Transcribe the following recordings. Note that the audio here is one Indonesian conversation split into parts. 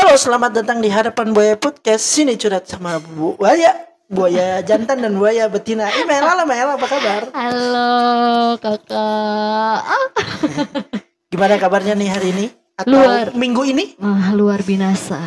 Halo, selamat datang di Harapan Buaya Podcast. Sini curhat sama buaya jantan dan buaya betina. Mel, apa kabar? Halo kakak. Gimana kabarnya nih hari ini? Atau minggu ini? Luar binasa.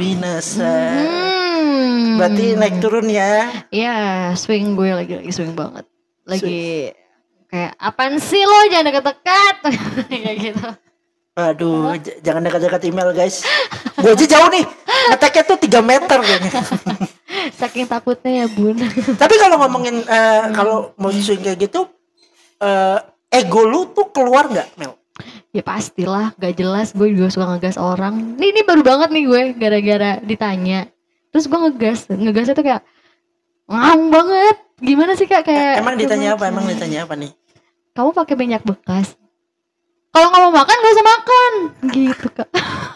Berarti naik turun ya? Iya, swing gue lagi swing banget. Lagi kayak apaan sih lo, jangan deket-deket. Kayak gitu. Aduh, jangan dekat-dekat email guys. Gue aja jauh nih. Ngeteknya tuh 3 meter kayaknya. Saking takutnya ya bun. Tapi kalau ngomongin kalau mau swing kayak gitu, ego lu tuh keluar nggak, Mel? Ya pastilah, gak jelas. Gue juga suka ngegas orang. Ini baru banget nih gue, gara-gara ditanya. Terus gue ngegasnya tuh kayak ngawang banget. Gimana sih kak? Kayak Emang ditanya apa nih? Kamu pakai minyak bekas? Kalau nggak mau makan gak usah makan, gitu kak.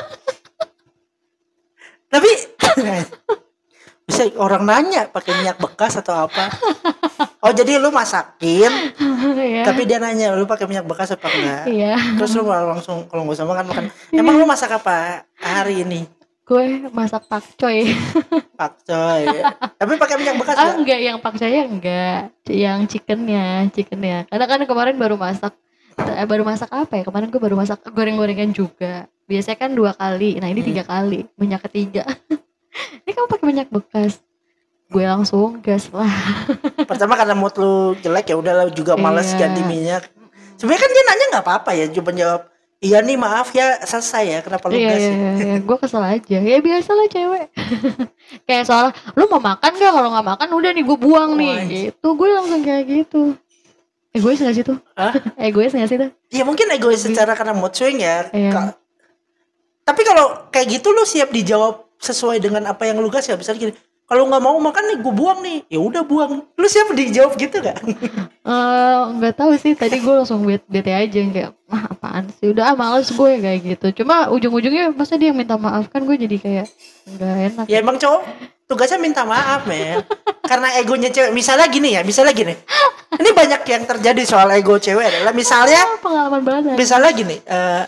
Tapi bisa orang nanya pakai minyak bekas atau apa? Oh jadi lu masakin, tapi dia nanya lu pakai minyak bekas apa enggak? Iya. Terus lu langsung kalau nggak usah makan. Emang lu masak apa hari ini? Gue masak pakcoy. Pakcoy. Tapi pakai minyak bekas nggak? Enggak, yang pakcoynya enggak, yang chickennya. Karena kan kemarin baru masak apa ya? Kemarin gue baru masak goreng-gorengan juga. Biasanya kan 2 kali, nah ini 3 kali, minyak ketiga. Ini kamu pakai minyak bekas? Gue langsung gas lah. Pertama karena mood lu jelek ya udah juga malas ganti minyak. Sebenarnya kan dia nanya nggak apa-apa ya, cuma jawab iya nih maaf ya selesai ya, kenapa lu gas? Iya. Gue kesel aja. Ya biasalah cewek. Kayak soal lu mau makan gak? Kalau nggak makan udah nih gue buang nih. Gitu. Gue langsung kayak gitu. Egois gak sih tuh? Egois gak sih tuh? Ya mungkin egois secara karena mood swing ya. Tapi kalau kayak gitu lu siap dijawab sesuai dengan apa yang lu gas ya. Misalnya gini, kalau nggak mau makan nih gue buang nih, ya udah buang. Lu siap dijawab gitu gak? Nggak tahu sih. Tadi gue langsung bete aja kayak apaan sih? Udah males gue kayak gitu. Cuma ujung-ujungnya masa dia minta maaf, kan gue jadi kayak nggak enak. Ya emang cowok tugasnya minta maaf Mel. Karena egonya cewek. Misalnya gini. Ini banyak yang terjadi soal ego cewek adalah misalnya pengalaman banget. Misalnya gini,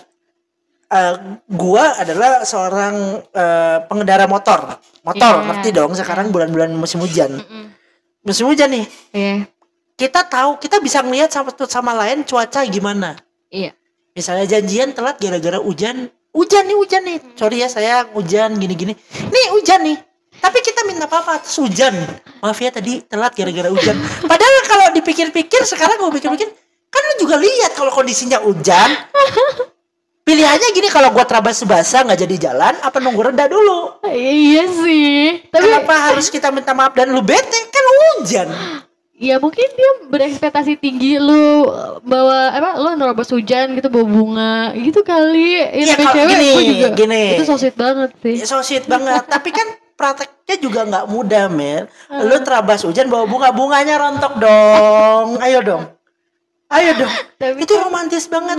gua adalah seorang pengendara motor, ngerti dong sekarang bulan-bulan musim hujan. Musim hujan nih. Kita tahu, kita bisa ngelihat satu sama lain cuaca gimana. Iya. Misalnya janjian telat gara-gara hujan nih. Sorry ya saya hujan gini-gini. Nih hujan nih. Tapi kita minta apa atas hujan. Maaf ya tadi telat gara-gara hujan. Padahal kalau dipikir-pikir sekarang gue pikir-pikir, kan lu juga lihat kalau kondisinya hujan. Pilihannya gini, kalau gue terabas basah nggak jadi jalan, apa nunggu reda dulu? Iya sih. Tapi kenapa harus kita minta maaf dan lu bete? Kan hujan. Ya mungkin dia berekspektasi tinggi lu lu nerobos hujan gitu, bawa bunga gitu kali. Ya kalau gini. Itu so sweet banget sih. So sweet banget. Tapi kan prakteknya juga nggak mudah, Mel. Lu terabas hujan bawa bunga-bunganya rontok dong. Ayo dong. Tapi itu romantis banget.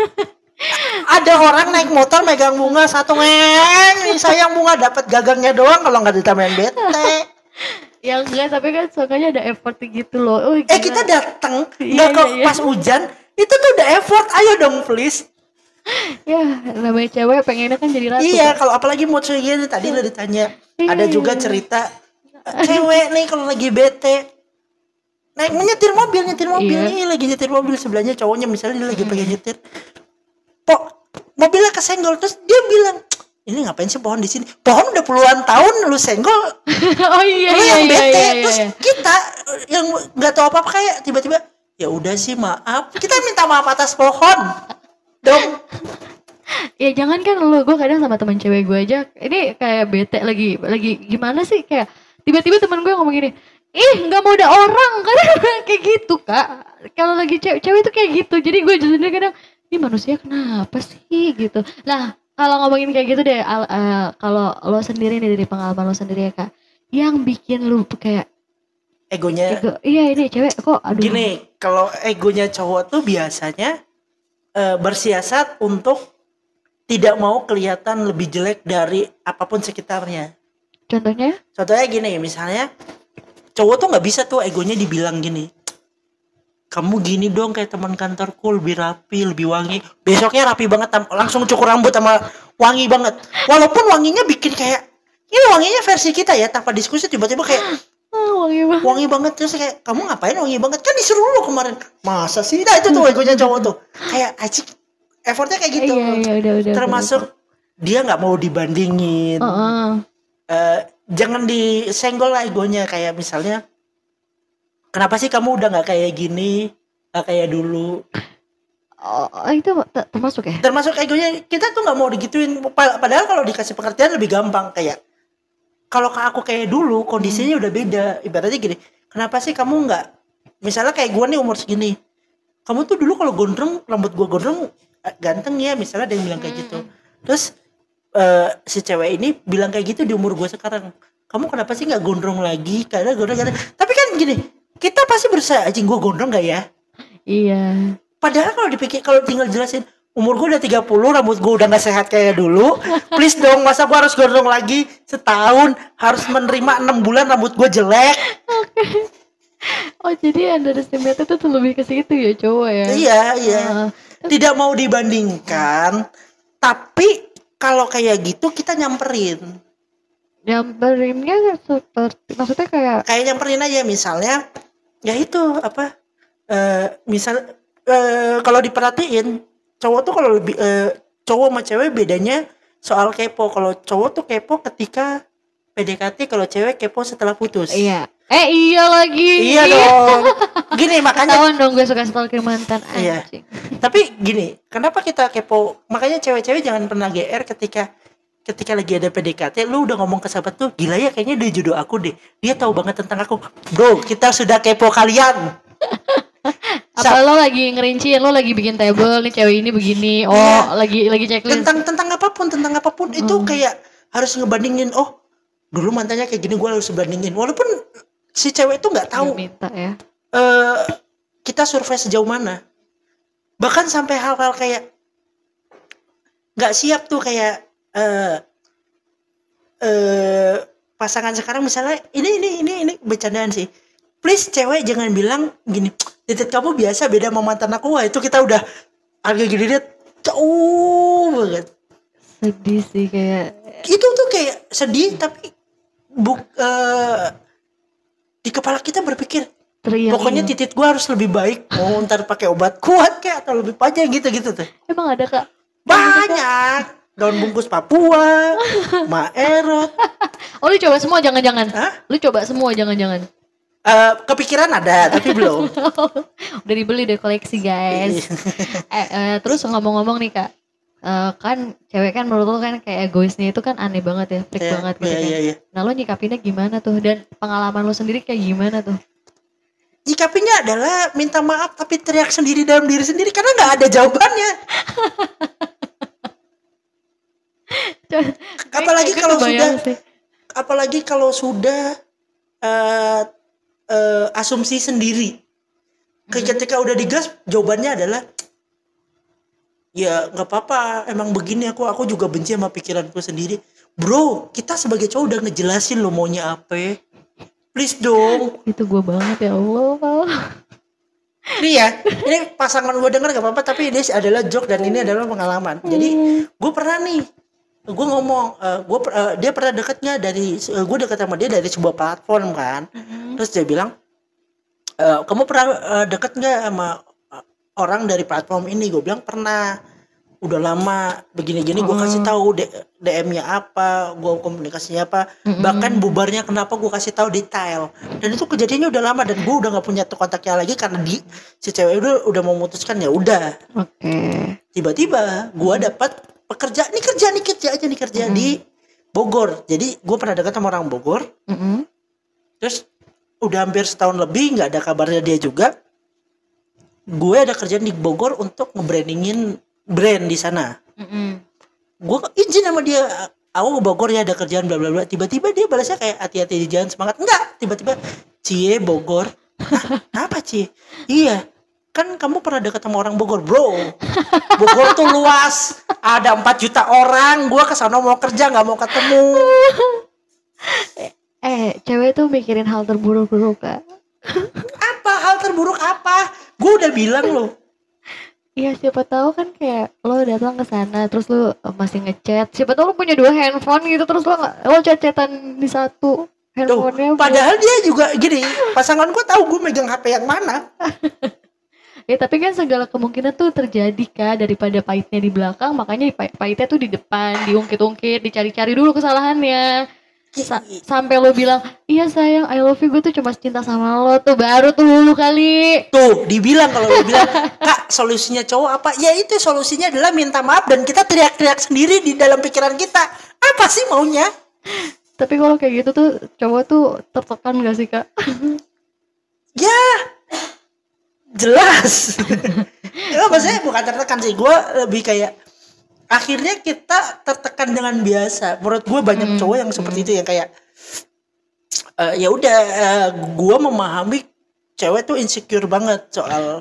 Ada orang naik motor megang bunga satu sayang bunga dapat gagangnya doang kalau nggak ditambahin bete. Ya enggak, tapi kan sukanya ada effort gitu loh. Kita datang pas hujan itu tuh udah effort. Ayo dong please. Ya namanya cewek pengennya kan jadi ratu. Iya, kalau apalagi mood swing gini tadi udah ditanya. Ada juga cerita cewek nih kalau lagi bete naik nyetir mobil nih, lagi nyetir mobil, sebelahnya cowoknya misalnya dia lagi pengen nyetir. Mobilnya kesenggol, terus dia bilang, ini ngapain sih pohon di sini? Pohon udah puluhan tahun lu senggol. Yang bete. Terus kita yang nggak tahu apa-apa kayak tiba-tiba, ya udah sih maaf. Kita minta maaf atas pohon dong. Ya jangan kan lu, gue kadang sama teman cewek gue aja, ini kayak bete lagi gimana sih, kayak tiba-tiba teman gue ngomong gini, nggak mau ada orang kan. Kayak gitu kak. Kalau lagi cewek itu kayak gitu. Jadi gue sendiri kadang, ini manusia kenapa sih gitu. Nah kalau ngomongin kayak gitu deh, kalau lo sendiri nih, dari pengalaman lo sendiri ya kak, yang bikin lu kayak egonya iya ini cewek kok aduh. Gini, kalau egonya cowok tuh biasanya bersiasat untuk tidak mau kelihatan lebih jelek dari apapun sekitarnya. Contohnya gini, misalnya cowok tuh nggak bisa tuh egonya dibilang gini, kamu gini dong kayak teman kantorku, lebih rapi, lebih wangi. Besoknya rapi banget, langsung cukur rambut sama wangi banget. Walaupun wanginya bikin kayak, ini wanginya versi kita ya, tanpa diskusi tiba-tiba kayak Wangi banget. wangi banget. Terus kayak, kamu ngapain wangi banget? Kan disuruh lu kemarin. Masa sih? Nah itu tuh egonya cowok tuh. Kayak acik, effortnya kayak gitu. Iya, udah. Termasuk dia nggak mau dibandingin. Jangan disenggol lah egonya. Kayak misalnya, kenapa sih kamu udah nggak kayak gini, nggak kayak dulu? Itu termasuk ya? Termasuk egonya, kita tuh nggak mau digituin. Padahal kalau dikasih pengertian lebih gampang. Kayak kalau aku kayak dulu, kondisinya udah beda. Ibaratnya gini, kenapa sih kamu nggak, misalnya kayak gue nih umur segini, kamu tuh dulu kalau gondrong, rambut gue gondrong ganteng ya, misalnya ada yang bilang kayak gitu. Terus si cewek ini bilang kayak gitu di umur gue sekarang, kamu kenapa sih nggak gondrong lagi? Karena gondrong. Tapi kan gini, kita pasti berusaha, anjing gue gondrong gak ya? Iya. Padahal kalau dipikir, kalau tinggal jelasin, umur gue udah 30, rambut gue udah gak sehat kayak dulu. Please dong, masa gue harus gondrong lagi setahun, harus menerima 6 bulan rambut gue jelek. Oh jadi underestimate itu tuh lebih ke situ ya cowok ya? Iya. Tidak mau dibandingkan, tapi kalau kayak gitu kita nyamperin. Nyamperinnya seperti, maksudnya kayak nyamperin aja, misalnya ya itu apa, misal kalau diperhatiin cowok tuh kalau lebih cowok sama cewek bedanya soal kepo. Kalau cowok tuh kepo ketika PDKT, kalau cewek kepo setelah putus. Iya. Iya lagi. Iya dong. Gini makanya ketahuan dong gue suka stalker mantan. Iya. Anjing. Tapi gini, kenapa kita kepo? Makanya cewek-cewek jangan pernah GR ketika lagi ada PDKT, lu udah ngomong ke sahabat tuh, gila ya kayaknya dia jodoh aku deh. Dia tahu banget tentang aku. Bro, kita sudah kepo kalian. Apa lo lagi ngerincin, lo lagi bikin table nih cewek ini begini. Oh, Iya. lagi checklist. Tentang apapun itu kayak harus ngebandingin. Oh, dulu mantannya kayak gini, gue harus bandingin. Walaupun si cewek itu nggak tahu. Minta ya. Kita survei sejauh mana. Bahkan sampai hal-hal kayak nggak siap tuh, kayak pasangan sekarang misalnya ini bercandaan sih. Please cewek jangan bilang gini, titik kamu biasa beda sama mantan aku. Wah, itu kita udah harga gini dia jauh banget. Sedih sih kayak. Itu tuh kayak sedih, tapi di kepala kita berpikir pokoknya titik gua harus lebih baik. Mau ntar pakai obat kuat kayak atau lebih panjang gitu tuh. Emang ada kak? Banyak. Daun bungkus Papua, Maerot. Oh lu coba semua jangan-jangan? Hah? Lu coba semua jangan-jangan? Kepikiran ada tapi belum. Udah dibeli deh koleksi guys. Terus ngomong-ngomong nih kak, kan cewek kan menurut lo kan kayak egoisnya itu kan aneh banget ya, freak banget gitu kan. Iya. Nah lo nyikapinnya gimana tuh, dan pengalaman lo sendiri kayak gimana tuh? Nyikapinnya adalah minta maaf tapi teriak sendiri dalam diri sendiri karena nggak ada jawabannya. apalagi kalau sudah asumsi sendiri. Ketika udah digas jawabannya adalah ya nggak apa-apa, emang begini aku juga benci sama pikiranku sendiri. Bro, kita sebagai cowok udah ngejelasin lo maunya apa. Please dong. Itu gue banget ya Allah. Ini pasangan gue denger gak apa-apa, tapi ini adalah joke dan ini adalah pengalaman. Jadi gue pernah nih, gue ngomong, dia pernah dekatnya dari, gue dekat sama dia dari sebuah platform kan. Terus dia bilang, kamu pernah deket gak sama orang dari platform ini? Gue bilang pernah. Udah lama begini-gini. Gue kasih tahu DM-nya apa, gue komunikasinya apa, bahkan bubarnya kenapa gue kasih tahu detail. Dan itu kejadiannya udah lama dan gue udah nggak punya kontaknya lagi karena si cewek udah memutuskan. Ya udah. Tiba-tiba gue dapat kerja di Bogor. Jadi gue pernah dekat sama orang Bogor. Terus udah hampir setahun lebih nggak ada kabarnya dia juga. Gue ada kerjaan di Bogor untuk nge-brandingin brand di sana. Gue izin sama dia, aku ke Bogor ya ada kerjaan bla bla bla. Tiba-tiba dia balasnya kayak hati-hati di jalan, semangat. Enggak, tiba-tiba Cie Bogor. Apa Cie? Iya, kan kamu pernah dekat sama orang Bogor. Bro, Bogor tuh luas, ada 4 juta orang. Gue kesana mau kerja nggak mau ketemu. Cewek tuh mikirin hal terburuk dulu kak. Apa hal terburuk apa? Gue udah bilang loh. Iya, siapa tahu kan kayak lo datang ke sana terus lo masih ngechat. Siapa tahu lo punya 2 handphone gitu terus lo chat-chatan di satu Tuh, handphonenya. padahal dia juga gini, pasangan gue tahu gue megang HP yang mana. Ya tapi kan segala kemungkinan tuh terjadi Kak, daripada pahitnya di belakang, makanya pahitnya tuh di depan, diungkit-ungkit, dicari-cari dulu kesalahannya. Sampai lo bilang, iya sayang, I love you, gue tuh cuma cinta sama lo, tuh baru tuh dulu kali. Tuh, dibilang kalau lo bilang, Kak, solusinya cowok apa? Ya itu solusinya adalah minta maaf dan kita teriak-teriak sendiri di dalam pikiran kita. Apa sih maunya? Tapi kalau kayak gitu tuh cowok tuh tertekan gak sih Kak? Ya, jelas. Ya, maksudnya bukan tertekan sih, gue lebih kayak akhirnya kita tertekan dengan biasa. Menurut gue banyak cowok yang seperti itu yang kayak ya udah, gue memahami cewek tuh insecure banget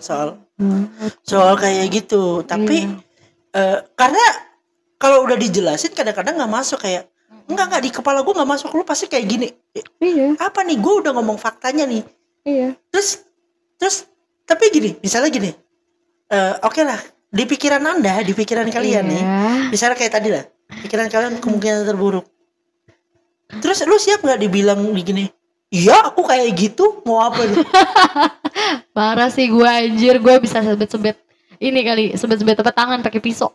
soal kayak gitu. Tapi karena kalau udah dijelasin kadang-kadang nggak masuk, kayak enggak di kepala gue nggak masuk, lu pasti kayak gini. Iya. Apa nih, gue udah ngomong faktanya nih. Iya. Terus tapi gini, misalnya gini, oke lah, di pikiran anda, di pikiran kalian nih, misalnya kayak tadi lah, pikiran kalian kemungkinan terburuk. Terus lu siap nggak dibilang gini? Iya, aku kayak gitu, mau apa lu? Parah sih gue anjir, gue bisa sebet-sebet ini kali, sebet-sebet tepuk tangan pakai pisau.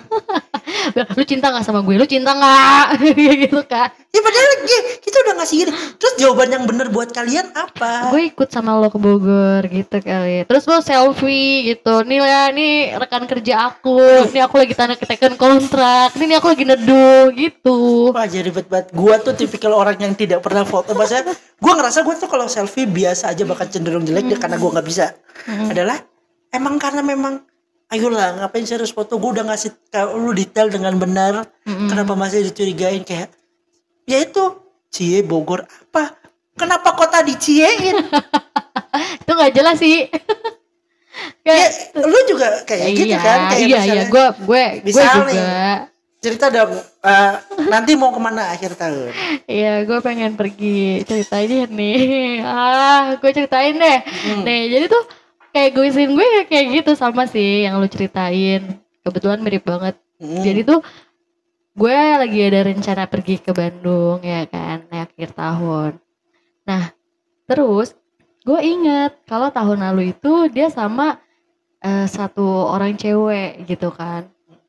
Lu cinta nggak sama gue? Lu cinta nggak? Gitu kan? Ya padahal kita udah ngasih gini. Terus jawaban yang bener buat kalian apa? Gue ikut sama lo ke Bogor gitu kali. Terus lo selfie gitu. Nih ya, nih rekan kerja aku. Nih aku lagi tanda teken kontrak. Nih aku lagi neduh gitu. Wah, jadi ribet banget. Gue tuh tipikal orang yang tidak pernah foto. Maksudnya gue ngerasa gue tuh kalau selfie biasa aja, bahkan cenderung jelek deh karena gue nggak bisa. Adalah emang karena memang ayolah, ngapain sih harus foto? Gue udah ngasih lu detail dengan benar. Kenapa masih dicurigain kayak ya itu Cie Bogor apa? Kenapa kota diciein? Itu nggak jelas sih. Ya, lu juga kayak gitu kan? Kayak iya, gue juga. Cerita dong, nanti mau kemana akhir tahun? Iya, gue pengen pergi, ceritain nih. Gue ceritain deh. Nih, jadi tuh kayak gue kayak gitu sama sih yang lu ceritain. Kebetulan mirip banget. Jadi tuh gue lagi ada rencana pergi ke Bandung ya kan, akhir tahun. Nah, terus gue inget kalau tahun lalu itu dia sama satu orang cewek gitu kan.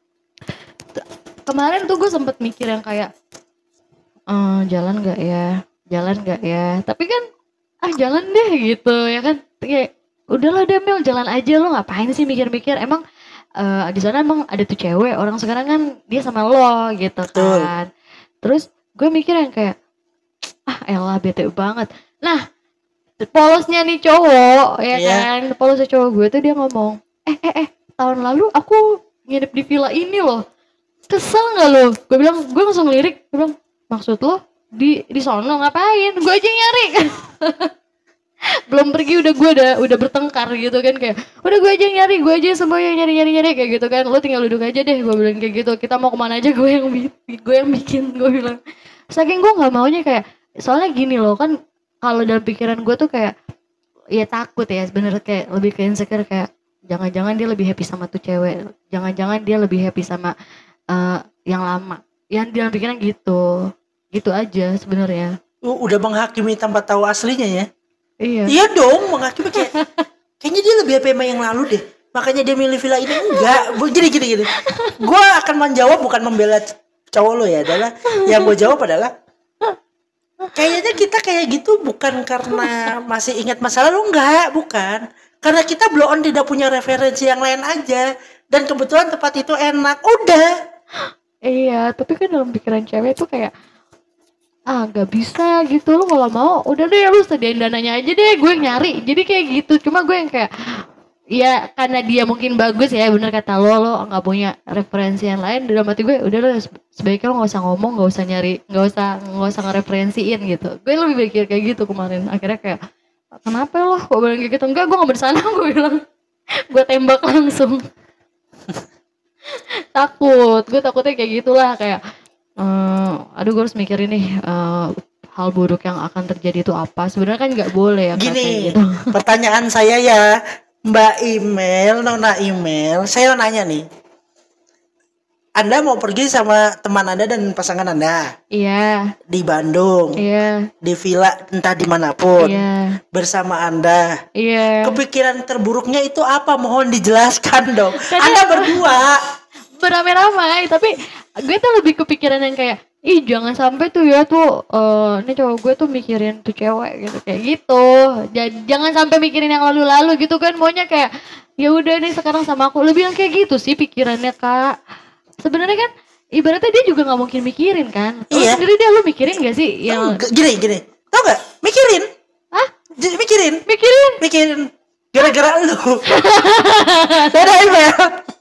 Kemarin tuh gue sempet mikir yang kayak jalan gak ya, tapi kan jalan deh gitu ya kan, kayak udahlah deh Mel, jalan aja, lo ngapain sih mikir-mikir, emang di sana emang ada tuh cewek, orang sekarang kan dia sama lo gitu kan. Terus gue mikir yang kayak elah bete banget. Nah, polosnya nih cowok ya kan, polosnya cowok gue tuh dia ngomong tahun lalu aku nginep di villa ini loh, kesel nggak lo? Gue langsung ngelirik, gue bilang maksud lo di sono ngapain? Gue aja nyari. Belum pergi udah bertengkar gitu kan, kayak udah gue aja nyari, gue aja semuanya nyari kayak gitu kan, lo tinggal duduk aja deh, gue bilang kayak gitu, kita mau kemana aja gue yang bikin, gue bilang. Saking gue nggak maunya kayak, soalnya gini loh kan, kalau dalam pikiran gue tuh kayak ya takut ya sebenarnya, kayak lebih ke insecure, kayak jangan-jangan dia lebih happy sama tuh cewek, jangan-jangan dia lebih happy sama yang lama, yang dalam pikiran gitu aja sebenarnya. Udah menghakimi tanpa tahu aslinya ya. Iya dong, menghakimi kayaknya dia lebih happy sama yang lalu deh, makanya dia milih villa ini. Enggak, gini. Gue akan menjawab, bukan membela cowok lo ya, adalah yang gue jawab adalah kayaknya kita kayak gitu bukan karena masih ingat masa lalu, enggak, bukan, karena kita blow on, tidak punya referensi yang lain aja, dan kebetulan tempat itu enak, udah. Iya, tapi kan dalam pikiran cewek tuh kayak gak bisa gitu, lu kalau mau udah deh lu sediain dananya aja deh, gue yang nyari. Jadi kayak gitu. Cuma gue yang kayak ya karena dia mungkin bagus ya, bener kata lo gak punya referensi yang lain. Dalam hati gue udah lo sebaiknya lo gak usah ngomong, gak usah nyari, gak usah ngereferensiin gitu. Gue lebih mikir kayak gitu kemarin. Akhirnya kayak kenapa lo kok bilang kayak gitu? Enggak, gue gak bersana, gue bilang. Gue tembak langsung. Gue takutnya kayak gitulah, kayak aduh gue harus mikirin nih hal buruk yang akan terjadi itu apa. Sebenarnya kan nggak boleh ya. Gini, gitu. Pertanyaan saya ya, Mbak Email, Nona Email, saya nanya nih. Anda mau pergi sama teman Anda dan pasangan Anda Iya, di Bandung, iya, di villa entah dimanapun, iya, bersama Anda. iya. Kepikiran terburuknya itu apa? Mohon dijelaskan dong. Karena- Anda berdua. Beramai-ramai, tapi gue tuh lebih kepikiran yang kayak, ih jangan sampai tuh ya tuh, ini cowok gue tuh mikirin tuh cewek gitu, kayak gitu. Jangan sampai mikirin yang lalu-lalu gitu kan, maunya kayak, ya udah nih sekarang sama aku, lebih yang kayak gitu sih pikirannya kak. Sebenarnya kan, ibaratnya dia juga nggak mungkin mikirin kan. Lu Iya. sendiri lu mikirin gak sih yang, Gini. Tau gak? Mikirin. ah Mikirin. mikirin? Mikirin. Gara-gara lu. Dadah Email.